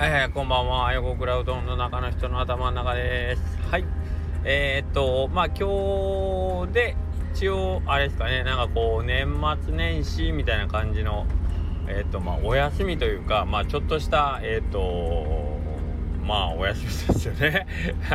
こんばんは。横倉うどんの中の人の頭の中です。はい。今日で一応あれですかね、なんかこう年末年始みたいな感じのお休みというか、ちょっとしたお休みですよね。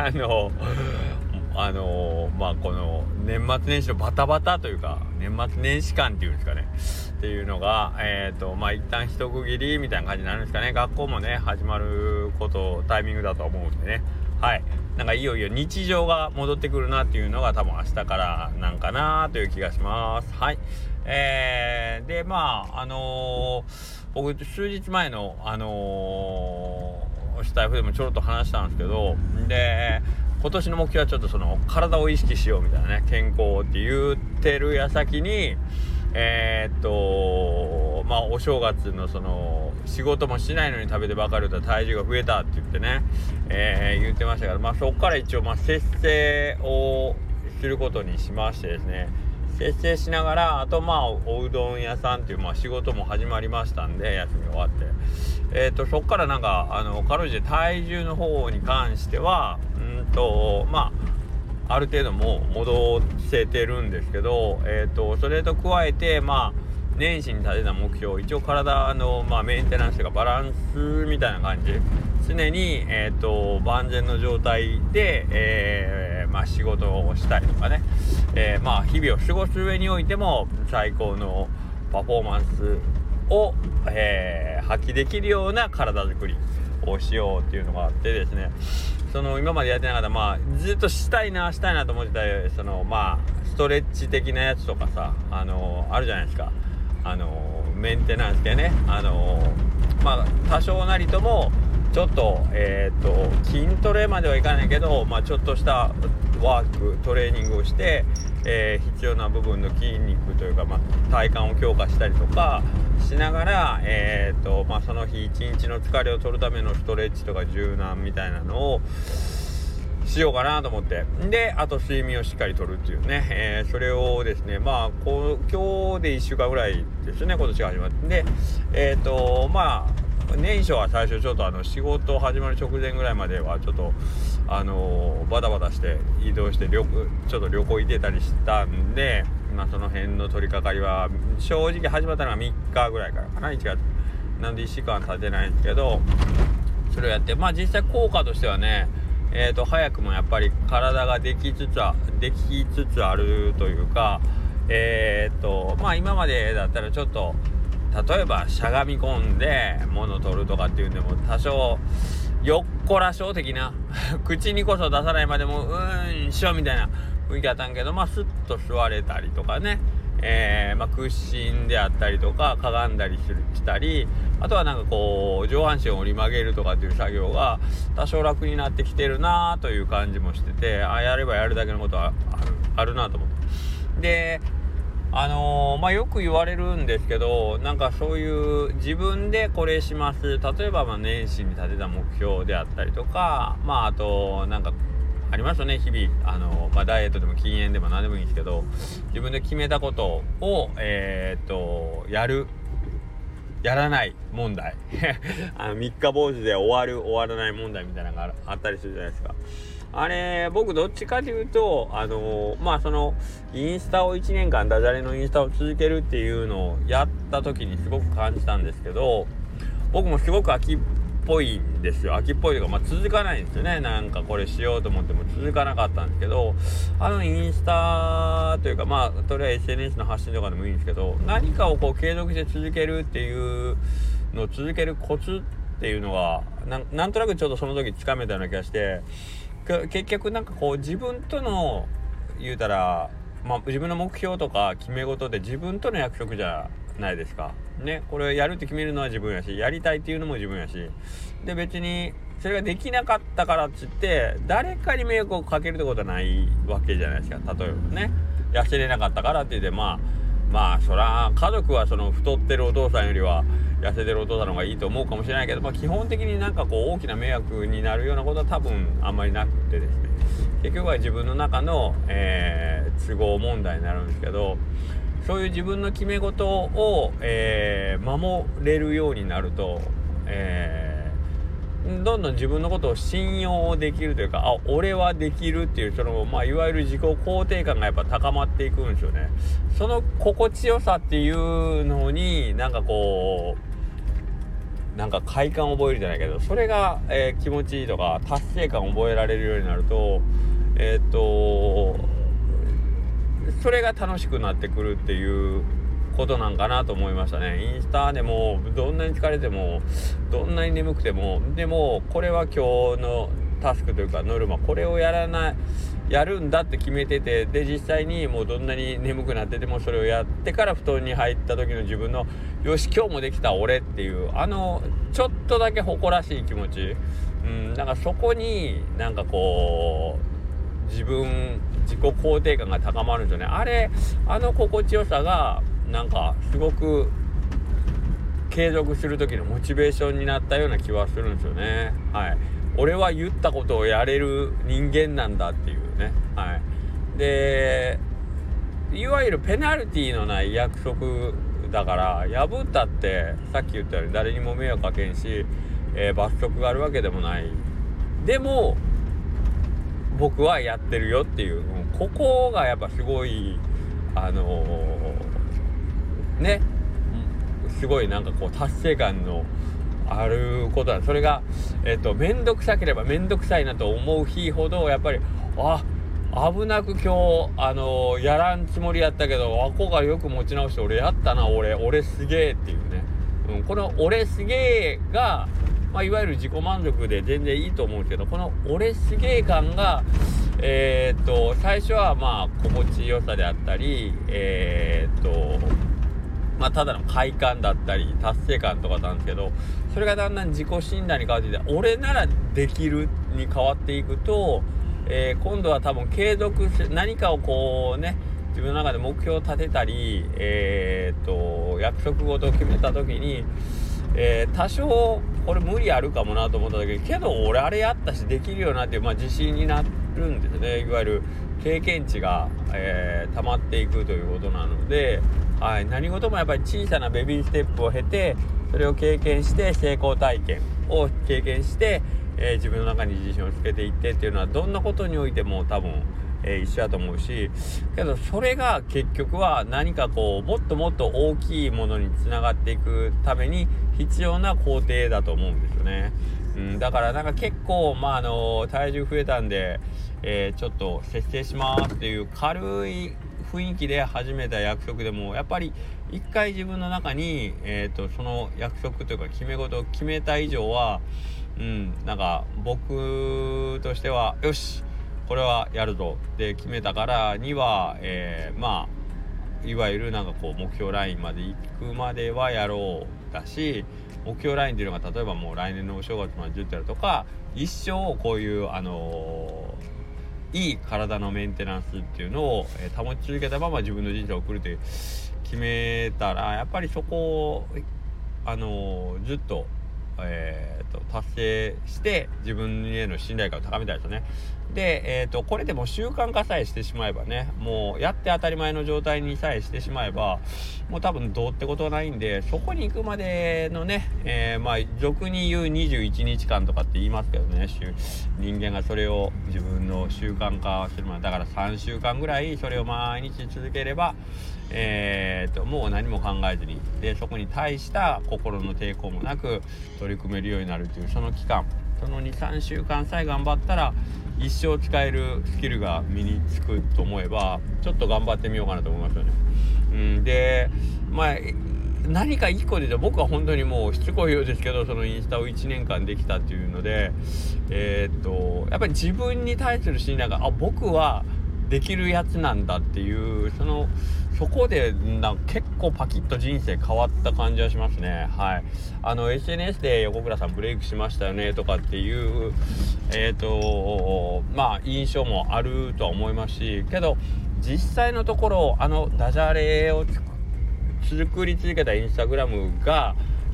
この年末年始のバタバタというか年末年始感っていうんですかねっていうのが一旦一区切りみたいな感じになるんですかね。学校もね始まるタイミングだと思うんでね、はい、なんかいよいよ日常が戻ってくるなっていうのが多分明日からなんかなという気がします。はい。僕数日前のスタイフでもちょろっと話したんですけど、で今年の目標はちょっとその体を意識しようみたいなね、健康って言ってる矢先にお正月のその仕事もしないのに食べてばかりだ体重が増えたって言ってね、言ってましたから、そこから一応節制をすることにしましてですね、節制しながら、あとおうどん屋さんっていう仕事も始まりましたんで、休み終わってそこからなんかかろうじて体重の方に関してはある程度もう戻せてるんですけど、それと加えて年始に立てた目標、一応体のメンテナンスとかバランスみたいな感じ、常に万全の状態で仕事をしたりとかね、日々を過ごす上においても最高のパフォーマンスを、発揮できるような体作りをしようっていうのがあってですね、その今までやってなかったずっとしたいなと思ってたそのストレッチ的なやつとかさ、あるじゃないですか、メンテナンスでね、多少なりともちょっと筋トレまではいかないけど、ちょっとしたワークトレーニングをして、必要な部分の筋肉というか、体幹を強化したりとかしながら、その日一日の疲れを取るためのストレッチとか柔軟みたいなのをしようかなと思って、であと睡眠をしっかりとるっていうね、それをですね今日で1週間ぐらいですね、今年が始まって、で年初は最初ちょっと仕事始まる直前ぐらいまではちょっとバタバタして移動してちょっと旅行行ってたりしたんで、その辺の取り掛かりは正直始まったのが3日ぐらいからかな、1月なんで1週間経ってないんですけど、それをやって実際効果としてはね、早くもやっぱり体ができつつあるというか、今までだったらちょっと例えばしゃがみ込んで物を取るとかっていうんでも多少よっこらしょう的な口にこそ出さないまでもしょみたいな雰囲気あったんけど、スッと座れたりとかね、屈伸であったりとかかがんだりしたり、あとはなんかこう上半身を折り曲げるとかっていう作業が多少楽になってきてるなという感じもしてて、やればやるだけのことはあるなと思って、でよく言われるんですけど、なんかそういう自分でこれします、例えば年始に立てた目標であったりとか、あとなんかありますよね、日々ダイエットでも禁煙でも何でもいいんですけど、自分で決めたことをやらない問題三日坊主で終わらない問題みたいなのがあったりするじゃないですか。あれ僕どっちかというとそのインスタを1年間ダジャレのインスタを続けるっていうのをやった時にすごく感じたんですけど、僕もすごく秋っぽいんですよ。秋っぽいというか続かないんですよね。なんかこれしようと思っても続かなかったんですけど、インスタというかとりあえず SNS の発信とかでもいいんですけど、何かをこう継続して続けるっていうのを続けるコツっていうのがなんとなくちょっとその時つかめたような気がして、結局なんかこう自分との言うたら自分の目標とか決め事で自分との約束じゃないですかね。これやるって決めるのは自分やし、やりたいっていうのも自分やし、で別にそれができなかったからっつって誰かに迷惑をかけるってことはないわけじゃないですか。例えばね、痩せれなかったからって言ってそら家族はその太ってるお父さんよりは痩せてるお父さんの方がいいと思うかもしれないけど、基本的になんかこう大きな迷惑になるようなことは多分あんまりなくてですね、結局は自分の中の、都合問題になるんですけど、そういう自分の決め事を、守れるようになると、 どんどん自分のことを信用できるというか、俺はできるっていうその、いわゆる自己肯定感がやっぱ高まっていくんですよね。その心地よさっていうのになんか快感を覚えるじゃないけど、それが、気持ちいいとか達成感を覚えられるようになると、それが楽しくなってくるっていうことなんかなと思いましたね。インスタでもどんなに疲れてもどんなに眠くても、でもこれは今日のタスクというかノルマ、これをやるんだって決めてて、で実際にもうどんなに眠くなっててもそれをやってから布団に入った時の自分のよし今日もできた俺っていうちょっとだけ誇らしい気持ち、なんかそこになんか自己肯定感が高まるんですよね。心地よさがなんかすごく継続する時のモチベーションになったような気はするんですよね。俺は言ったことをやれる人間なんだっていうね。でいわゆるペナルティーのない約束だから破ったってさっき言ったように誰にも迷惑かけんし、罰則があるわけでもない。でも僕はやってるよっていう、ここがやっぱすごいすごいなんか達成感のあることだ。それがめんどくさければめんどくさいなと思う日ほどやっぱり危なく今日やらんつもりやったけどこがよく持ち直して俺やったな、俺すげえっていうね、この俺すげえが、いわゆる自己満足で全然いいと思うんですけど、この俺すげえ感が最初は心地よさであったりただの快感だったり達成感とかなんですけど、それがだんだん自己診断に変わっていて俺ならできるに変わっていくと、今度は多分継続して何かを自分の中で目標を立てたり、約束事を決めた時に、多少これ無理あるかもなと思った時に、けど俺あれやったしできるよなっていう、自信になるんですね。いわゆる経験値が、溜まっていくということなので、何事もやっぱり小さなベビーステップを経て、それを経験して成功体験を経験して、自分の中に自信をつけていってっていうのはどんなことにおいても多分、一緒だと思うし、けどそれが結局は何かもっともっと大きいものにつながっていくために必要な工程だと思うんですよね。だからなんか結構体重増えたんで、ちょっと節制しますっていう軽い雰囲気で始めた約束でもやっぱり一回自分の中に、その約束というか決め事を決めた以上は、なんか僕としてはよしこれはやるぞって決めたからには、いわゆるなんか目標ラインまで行くまではやろうだし、目標ラインっていうのが例えばもう来年のお正月まで10やるとか、一生こういういい体のメンテナンスっていうのを、保ち続けたまま自分の人生を送るって決めたら、やっぱりそこをずっと達成して自分への信頼感を高めたいですよね。で、これでも習慣化さえしてしまえばね、もうやって当たり前の状態にさえしてしまえばもう多分どうってことはないんで、そこに行くまでのね、俗に言う21日間とかって言いますけどね、人間がそれを自分の習慣化するまでだから3週間ぐらいそれを毎日続ければもう何も考えずに、でそこに対した心の抵抗もなく取り組めるようになるというその期間、その 2,3 週間さえ頑張ったら一生使えるスキルが身につくと思えばちょっと頑張ってみようかなと思いますよね。で何か一個で言うと僕は本当にもうしつこいようですけど、そのインスタを1年間できたっていうのでやっぱり自分に対する信頼が僕はできるやつなんだっていうそこで結構パキッと人生変わった感じはしますね。SNS で横倉さんブレイクしましたよねとかっていう印象もあるとは思いますし、けど実際のところダジャレを作り続けたインスタグラムが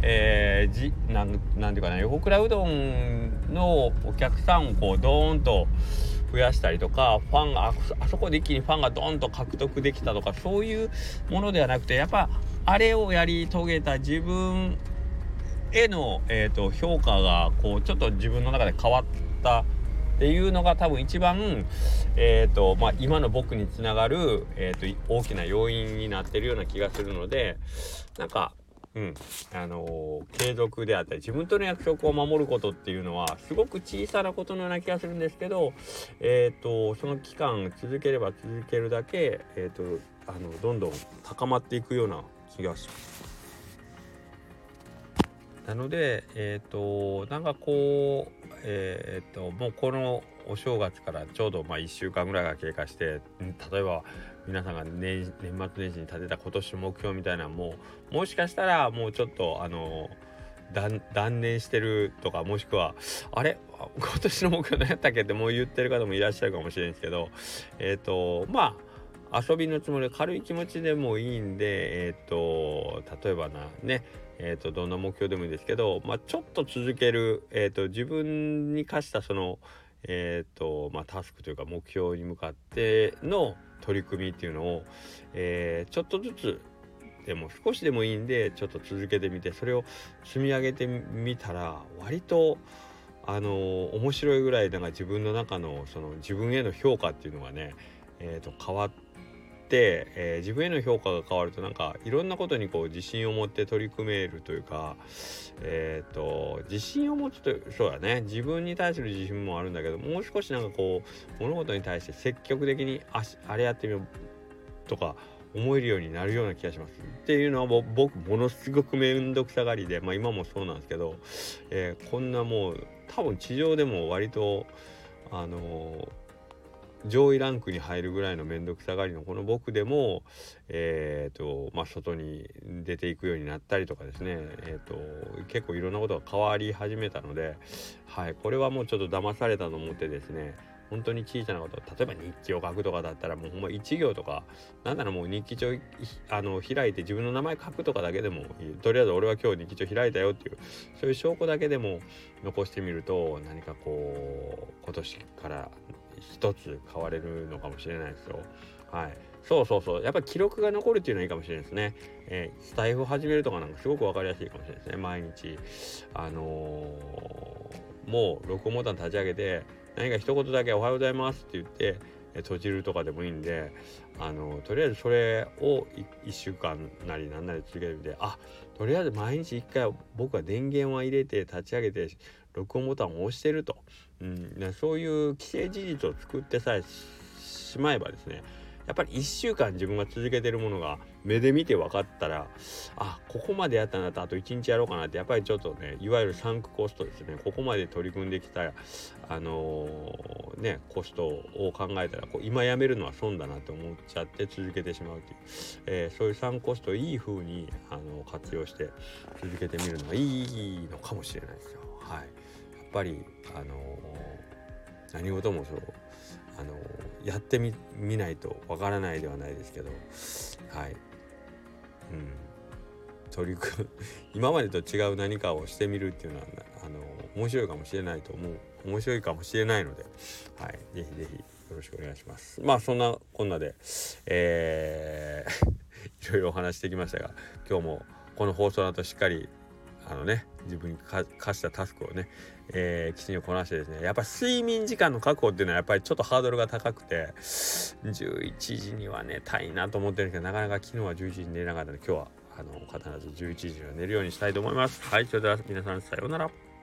なんていうかな、横倉うどんのお客さんをドーンと増やしたりとか、ファンがあそこで一気にファンがドンと獲得できたとか、そういうものではなくて、やっぱあれをやり遂げた自分への、評価がこうちょっと自分の中で変わったっていうのが多分一番、今の僕につながる、大きな要因になってるような気がするので、なんか継続であったり自分との約束を守ることっていうのはすごく小さなことのような気がするんですけど、その期間続ければ続けるだけ、どんどん高まっていくような気がします。なのでなんかこうもうこのお正月からちょうど1週間ぐらいが経過して、例えば皆さんが、年末年始に立てた今年の目標みたいなのももしかしたらもうちょっと断念してるとか、もしくはあれ今年の目標何やったっけってもう言ってる方もいらっしゃるかもしれないんですけど、遊びのつもりで軽い気持ちでもいいんで、例えばどんな目標でもいいんですけど、ちょっと続ける、自分に課したそのタスクというか目標に向かっての取り組みっていうのを、ちょっとずつでも少しでもいいんでちょっと続けてみて、それを積み上げてみたら割と面白いぐらいなんか自分の中のその自分への評価っていうのがね、変わって、自分への評価が変わるとなんかいろんなことにこう自信を持って取り組めるというか、自信を持つとそうだね、自分に対する自信もあるんだけど、もう少しなんかこう物事に対して積極的にあれやってみようとか思えるようになるような気がします。っていうのは僕ものすごくめんどくさがりで、今もそうなんですけど、こんなもう多分地上でも割と上位ランクに入るぐらいのめんどくさがりのこの僕でも外に出ていくようになったりとかですね、結構いろんなことが変わり始めたので、これはもうちょっと騙されたと思ってですね、本当に小さなこと、例えば日記を書くとかだったらもうほんま1行とか、なんならもう日記帳開いて自分の名前書くとかだけでもいい、とりあえず俺は今日日記帳開いたよっていうそういう証拠だけでも残してみると、何かこう今年から一つ変われるのかもしれないですよ。そうやっぱり記録が残るっていうのはいいかもしれないですね。スタイフを始めるとかなんかすごく分かりやすいかもしれないですね。毎日もう録音ボタン立ち上げて何か一言だけおはようございますって言って閉じるとかでもいいんで、とりあえずそれを1週間なりなんなり続けてみて、とりあえず毎日1回僕は電源を入れて立ち上げて録音ボタンを押してると、そういう既成事実を作ってさえしまえばですね、やっぱり1週間自分が続けてるものが目で見て分かったら、ここまでやったんだったらあと1日やろうかなって、やっぱりちょっとね、いわゆるサンクコストですね、ここまで取り組んできたコストを考えたら今やめるのは損だなって思っちゃって続けてしまうっていう、そういうサンクコストをいい風に活用して続けてみるのがいいのかもしれないですよ。やっぱり何事もそうやってみないとわからないではないですけど、今までと違う何かをしてみるっていうのは面白いかもしれないと思う、面白いかもしれないので、ぜひぜひよろしくお願いします。そんなこんなで、いろいろお話してきましたが、今日もこの放送の後しっかり自分に課したタスクをね、きちんとこなしてですね、やっぱり睡眠時間の確保っていうのはやっぱりちょっとハードルが高くて、11時には寝たいなと思ってるんですけど、なかなか昨日は11時に寝れなかったので、今日は必ず11時には寝るようにしたいと思います。それでは皆さんさようなら。